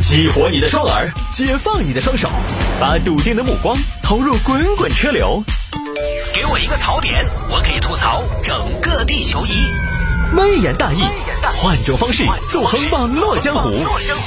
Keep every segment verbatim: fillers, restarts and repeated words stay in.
激活你的双耳，解放你的双手，把笃定的目光投入滚滚车流。 给我一个槽点，我可以吐槽整个地球仪。 微言大义，换种方式纵横网络江湖。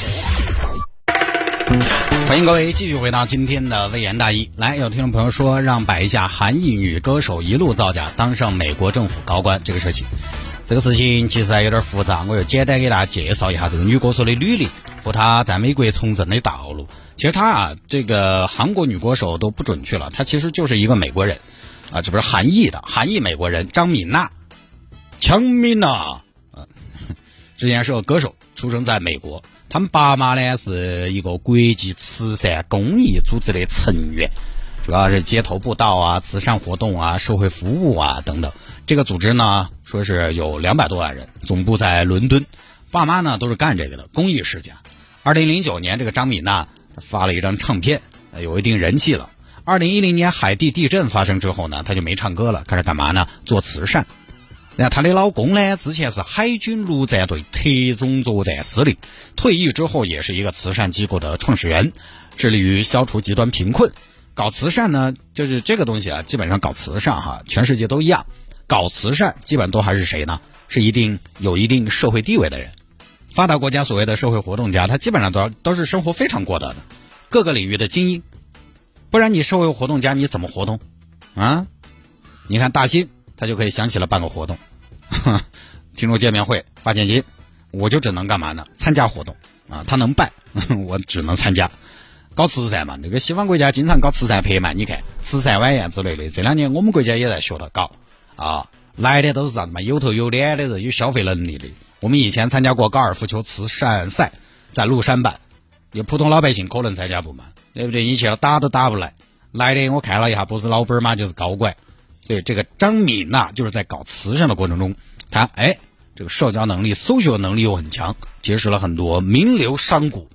欢迎各位继续回到今天的微言大义。来，有听众朋友说让摆一下韩裔女歌手一路造假当上美国政府高官这个事情。这个事情其实还有点复杂，我就简单给大家介绍一下这个女歌手的履历和她在美国从政的道路。其实她啊，这个韩国女歌手都不准确了，她其实就是一个美国人啊，这不是韩裔的韩裔美国人张敏娜，强敏娜啊，之前是个歌手，出生在美国。他们爸妈呢是一个国际慈善公益组织的成员，主要是街头布道啊、慈善活动啊、社会服务啊等等。这个组织呢说是有两百多万人，总部在伦敦。爸妈呢都是干这个的，公益世家。二零零九年，这个张敏娜发了一张唱片，有一定人气了。二零一零年海地地震发生之后呢，她就没唱歌了，开始干嘛呢？做慈善。那她的老公呢，之前是海军陆战队特种作战司令，退役之后也是一个慈善机构的创始人，致力于消除极端贫困。搞慈善呢，就是这个东西啊，基本上搞慈善哈，全世界都一样。搞慈善基本都还是谁呢？是一定有一定社会地位的人。发达国家所谓的社会活动家，他基本上都都是生活非常过得的，各个领域的精英。不然你社会活动家你怎么活动啊？你看大新他就可以想起了办个活动，听众见面会发现金，我就只能干嘛呢？参加活动啊，他能办，我只能参加。搞慈善嘛，这个西方国家经常搞慈善拍卖，你看慈善晚宴之类的，这两年我们国家也在学着搞啊，来的都是啥子嘛？有头有脸的人，有消费能力的。我们以前参加过高尔夫球慈善赛，在麓山办，有普通老百姓可能参加不嘛，对不对？你去了打都打不来，来的我看了一下，不是老本嘛，就是高管。所以这个张敏娜就是在搞慈善的过程中，她哎，这个社交能力、搜索能力又很强，结识了很多名流商贾。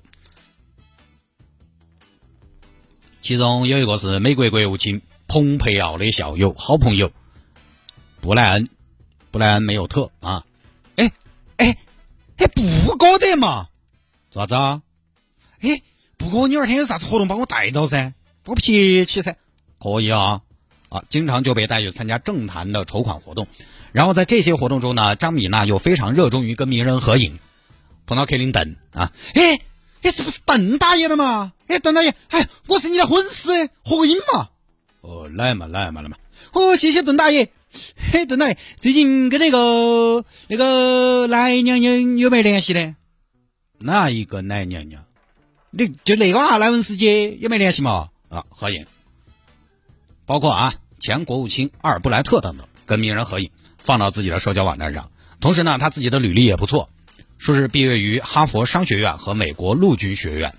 其中有一个是美国国务卿蓬佩奥的校友、好朋友布莱恩，布莱恩梅有特啊，哎哎哎，不过得嘛，做啥子啊？哎，不过你二天有啥子活动帮我带到噻，我撇起噻，可以啊啊，经常就被带去参加政坛的筹款活动，然后在这些活动中呢，张敏娜又非常热衷于跟名人合影，碰到克林顿啊，哎。哎，这不是邓大爷的吗？哎，邓大爷，哎，我是你的粉丝，合影嘛。哦，来嘛，来嘛，来嘛。哦，谢谢邓大爷。嘿，邓大爷，最近跟那个那个来娘娘有没有联系呢？哪一个来娘娘？你就那个啊，莱文斯姐有没有联系嘛？啊，合影。包括啊，前国务卿阿尔布莱特等等，跟名人合影，放到自己的社交网站上。同时呢，他自己的履历也不错。说是毕业于哈佛商学院和美国陆军学院。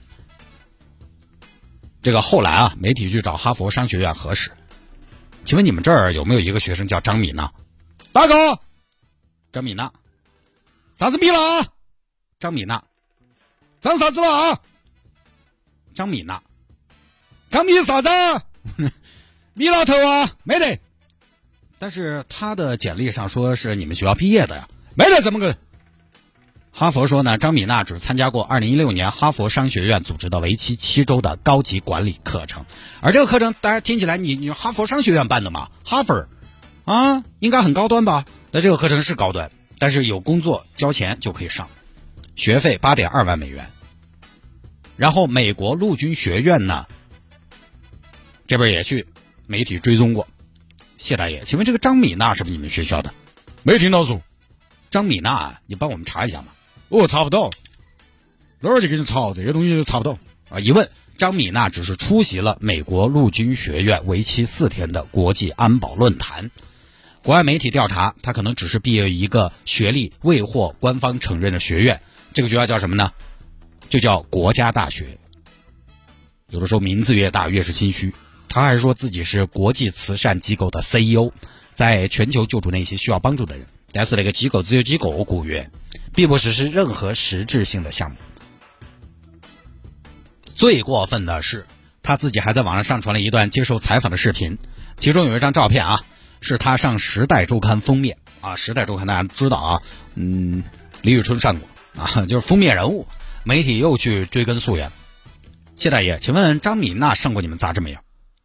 这个后来啊，媒体去找哈佛商学院核实。请问你们这儿有没有一个学生叫张敏娜？大哥，张敏娜，啥子米了？张敏娜，长啥子了啊？张敏娜，张米啥子？米老头啊，没得。但是他的简历上说是你们学校毕业的呀，没得这么个。哈佛说呢，张敏娜只参加过二零一六年哈佛商学院组织的为期七周的高级管理课程，而这个课程大家听起来你你哈佛商学院办的嘛，哈佛啊，应该很高端吧？那这个课程是高端，但是有工作交钱就可以上，学费八点二万美元。然后美国陆军学院呢，这边也去媒体追踪过。谢大爷，请问这个张敏娜是不是你们学校的？没听到说。张敏娜，你帮我们查一下嘛。哦，查不到，哪儿去给你查？这些东西查不到啊！一问，张敏娜只是出席了美国陆军学院为期四天的国际安保论坛。国外媒体调查，她可能只是毕业于一个学历未获官方承认的学院，这个学校叫什么呢？就叫国家大学。有的时候名字越大越是心虚。她还说自己是国际慈善机构的 C E O， 在全球救助那些需要帮助的人。但是那个机构只有几个雇员，并不实施任何实质性的项目。最过分的是，他自己还在网上上传了一段接受采访的视频，其中有一张照片啊，是他上《时代周刊》封面啊，《时代周刊》大家知道啊，嗯，李宇春上过啊，就是封面人物。 媒体又去追根溯源。谢大爷，请问张米娜上过你们杂志没有？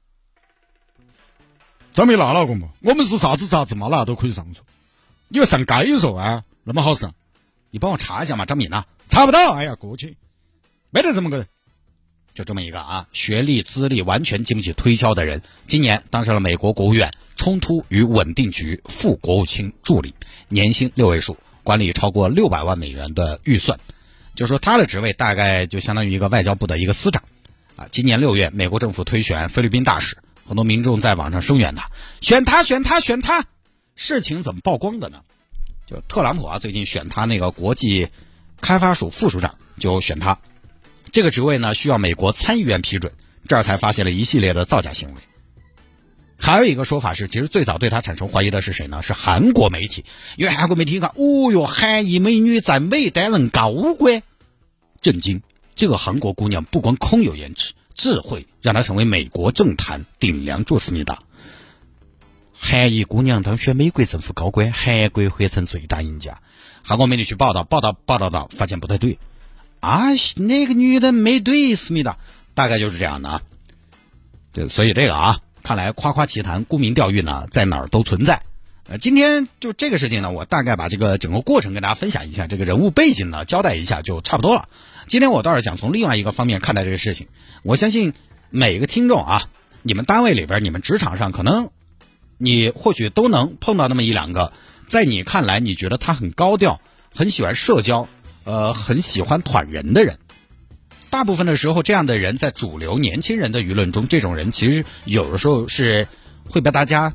张米娜老公嘛，我们是啥子杂志嘛，哪都可以上说。你要上该说啊，那么好上。 你帮我查一下嘛，张米娜查不到，哎呀，过去没得这么个人。 就这么一个啊，学历资历完全经不起推销的人，今年当上了美国国务院冲突与稳定局副国务卿助理，年薪六位数，管理超过六百万美元的预算。就是说他的职位大概就相当于一个外交部的一个司长啊。今年六月，美国政府推选菲律宾大使，很多民众在网上声援他，选他选他选他。事情怎么曝光的呢？就特朗普啊，最近选他那个国际开发署副署长，就选他。这个职位呢，需要美国参议院批准，这儿才发现了一系列的造假行为。还有一个说法是，其实最早对他产生怀疑的是谁呢？是韩国媒体，因为韩国媒体一看，哦哟，韩裔美女在美担任高官，震惊！这个韩国姑娘不光空有颜值、智慧，让她成为美国政坛顶梁柱思密达。韩裔姑娘当选美国政府高官，韩国会成最大赢家。韩国媒体去报道，报道报道到，发现不太对。啊，那个女的没对思密达，大概就是这样的啊。对，所以这个啊，看来夸夸其谈、沽名钓誉呢，在哪儿都存在。呃，今天就这个事情呢，我大概把这个整个过程跟大家分享一下，这个人物背景呢，交代一下就差不多了。今天我倒是想从另外一个方面看待这个事情。我相信每个听众啊，你们单位里边、你们职场上，可能你或许都能碰到那么一两个，在你看来，你觉得他很高调、很喜欢社交。呃，很喜欢团人的人，大部分的时候，这样的人在主流年轻人的舆论中，这种人其实有的时候是会被大家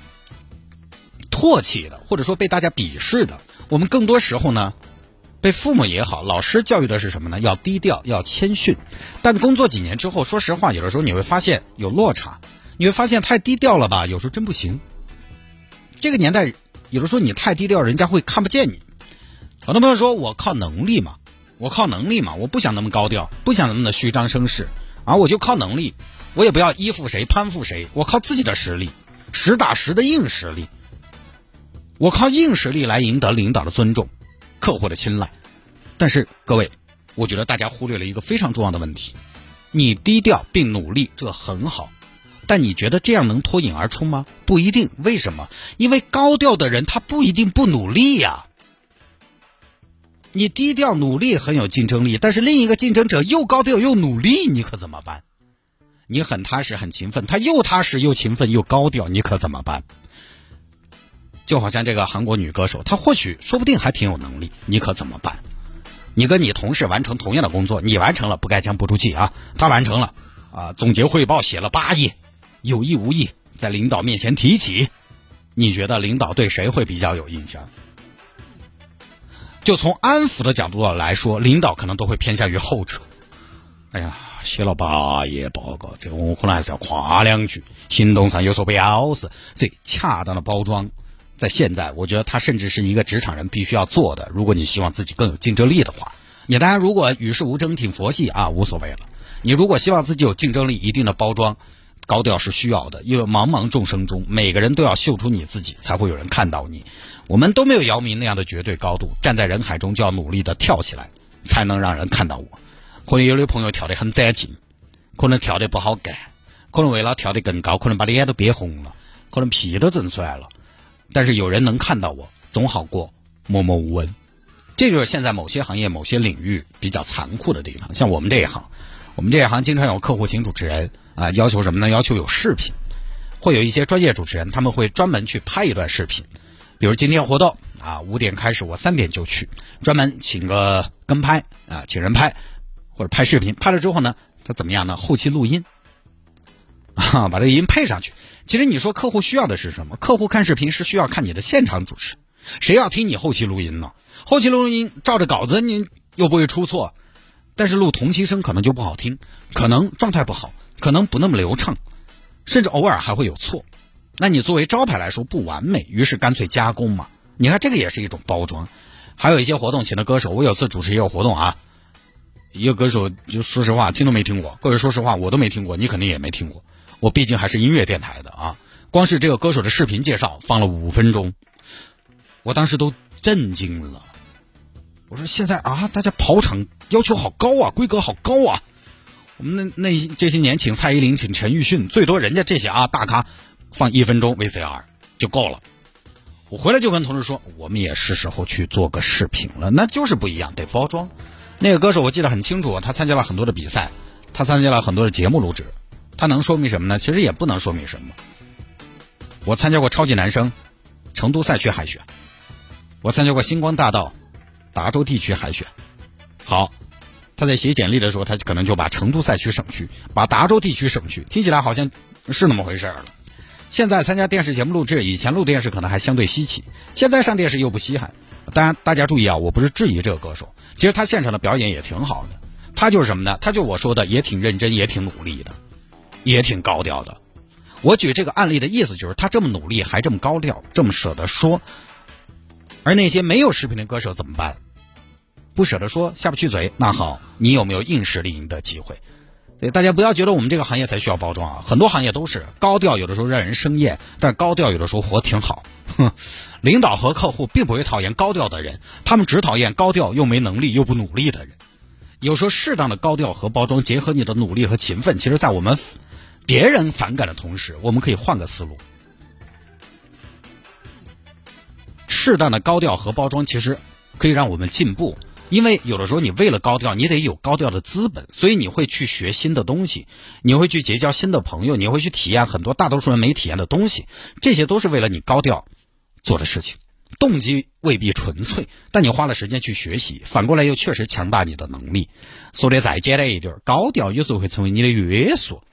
唾弃的，或者说被大家鄙视的。我们更多时候呢，被父母也好，老师教育的是什么呢？要低调，要谦逊。但工作几年之后，说实话，有的时候你会发现有落差，你会发现太低调了吧，有时候真不行。这个年代，有的时候你太低调，人家会看不见你。很多朋友说我靠能力嘛，我靠能力嘛，我不想那么高调，不想那么的虚张声势，而我就靠能力，我也不要依附谁攀附谁，我靠自己的实力，实打实的硬实力，我靠硬实力来赢得领导的尊重，客户的青睐。但是各位，我觉得大家忽略了一个非常重要的问题，你低调并努力，这很好，但你觉得这样能脱颖而出吗？不一定。为什么？因为高调的人他不一定不努力呀。你低调努力很有竞争力，但是另一个竞争者又高调又努力，你可怎么办？你很踏实很勤奋，他又踏实又勤奋又高调，你可怎么办？就好像这个韩国女歌手，她或许说不定还挺有能力，你可怎么办？你跟你同事完成同样的工作，你完成了不该将不出气啊，他完成了啊，总结汇报写了八页，有意无意在领导面前提起，你觉得领导对谁会比较有印象？就从安抚的角度来说，领导可能都会偏向于后者。哎呀，写了八页报告，这个我可能还是要夸两句，行动上有所表示。所以恰当的包装，在现在我觉得它甚至是一个职场人必须要做的。如果你希望自己更有竞争力的话，你当然如果与世无争挺佛系啊，无所谓了。你如果希望自己有竞争力，一定的包装高调是需要的，因为茫茫众生中，每个人都要秀出你自己，才会有人看到你。我们都没有姚明那样的绝对高度，站在人海中就要努力的跳起来，才能让人看到我。可能有的朋友跳得很攒劲，可能跳得不好干，可能为了跳得更高，可能把脸都憋红了，可能屁都整出来了。但是有人能看到我，总好过默默无闻。这就是现在某些行业、某些领域比较残酷的地方。像我们这一行，我们这一行经常有客户请主持人啊，要求什么呢？要求有视频，会有一些专业主持人，他们会专门去拍一段视频。比如今天活动啊，五点开始，我三点就去，专门请个跟拍啊，请人拍或者拍视频，拍了之后呢，他怎么样呢？后期录音啊，把这个音配上去。其实你说客户需要的是什么？客户看视频是需要看你的现场主持，谁要听你后期录音呢？后期录音照着稿子，你又不会出错，但是录同期声可能就不好听，可能状态不好，可能不那么流畅，甚至偶尔还会有错。那你作为招牌来说不完美，于是干脆加工嘛。你看这个也是一种包装。还有一些活动请的歌手，我有次主持一个活动啊，一个歌手就说实话听都没听过，各位说实话我都没听过，你肯定也没听过，我毕竟还是音乐电台的啊。光是这个歌手的视频介绍放了五分钟，我当时都震惊了。 我说现在啊，大家跑场要求好高啊，规格好高啊。我们那那这些年请蔡依林，请陈奕迅，最多人家这些啊大咖放一分钟 V C R 就够了。我回来就跟同事说，我们也是时候去做个视频了，那就是不一样，得包装。那个歌手我记得很清楚，他参加了很多的比赛，他参加了很多的节目录制，他能说明什么呢？其实也不能说明什么。我参加过超级男声成都赛区海选，我参加过星光大道达州地区海选。好，他在写简历的时候，他可能就把成都赛区省去，把达州地区省去，听起来好像是那么回事了。现在参加电视节目录制，以前录电视可能还相对稀奇，现在上电视又不稀罕。当然大家注意啊，我不是质疑这个歌手，其实他现场的表演也挺好的，他就是什么呢？他就我说的也挺认真，也挺努力的，也挺高调的。我举这个案例的意思就是，他这么努力还这么高调，这么舍得说。而那些没有视频的歌手怎么办？不舍得说，下不去嘴，那好，你有没有硬实力赢得机会？所以大家不要觉得我们这个行业才需要包装啊，很多行业都是高调，有的时候让人生厌，但高调有的时候活挺好。哼，领导和客户并不会讨厌高调的人，他们只讨厌高调又没能力又不努力的人。有时候适当的高调和包装，结合你的努力和勤奋，其实在我们别人反感的同时，我们可以换个思路。适当的高调和包装其实可以让我们进步，因为有的时候你为了高调，你得有高调的资本，所以你会去学新的东西，你会去结交新的朋友，你会去体验很多大多数人没体验的东西，这些都是为了你高调做的事情。动机未必纯粹，但你花了时间去学习，反过来又确实强大你的能力。说的再简单一点，高调有时候会成为你的约束，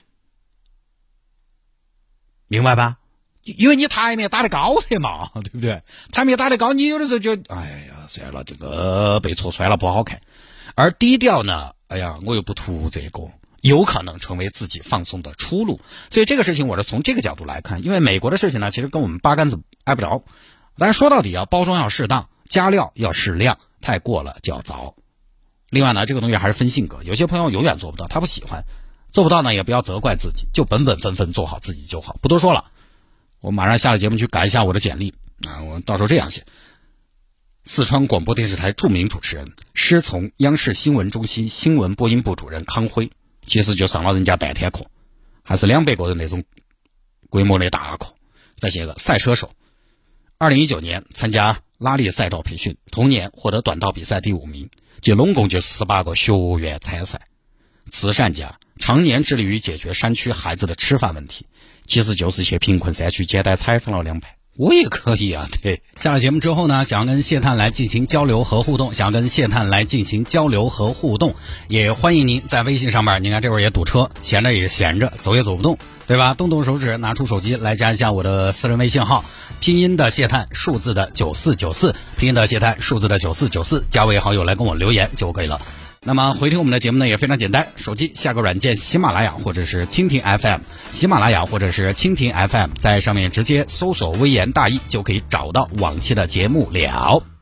明白吧？因为你台面打得高的嘛，对不对？台面打得高，你有的时候就哎呀算了，这个被戳穿了不好看。而低调呢，哎呀我又不图这个，有可能成为自己放松的出路。所以这个事情我是从这个角度来看，因为美国的事情呢，其实跟我们八竿子挨不着。但是说到底啊，包装要适当，加料要适量，太过了就要糟。另外呢，这个东西还是分性格，有些朋友永远做不到，他不喜欢，做不到呢也不要责怪自己，就本本分分做好自己就好。不多说了，我马上下了节目去改一下我的简历啊，我到时候这样写：四川广播电视台著名主持人，师从央视新闻中心新闻播音部主任康辉，其实就上了人家半天课，还是两百个人那种规模的大课。再写个赛车手，二零一九年参加拉力赛道培训，同年获得短道比赛第五名，即拢共就十八个学员参赛。慈善家，常年致力于解决山区孩子的吃饭问题，其实就是去贫困山区简单采访了两排。我也可以啊，对。下了节目之后呢，想要跟谢探来进行交流和互动，想要跟谢探来进行交流和互动，也欢迎您在微信上面，您看这会儿也堵车，闲着也闲着，走也走不动，对吧？动动手指，拿出手机来加一下我的私人微信号，拼音的谢探，数字的九四九四，拼音的谢探，数字的九四九四，加为好友来跟我留言就可以了。那么回听我们的节目呢也非常简单，手机下个软件喜马拉雅或者是蜻蜓 F M， 喜马拉雅或者是蜻蜓 F M， 在上面直接搜索微言大义就可以找到往期的节目了。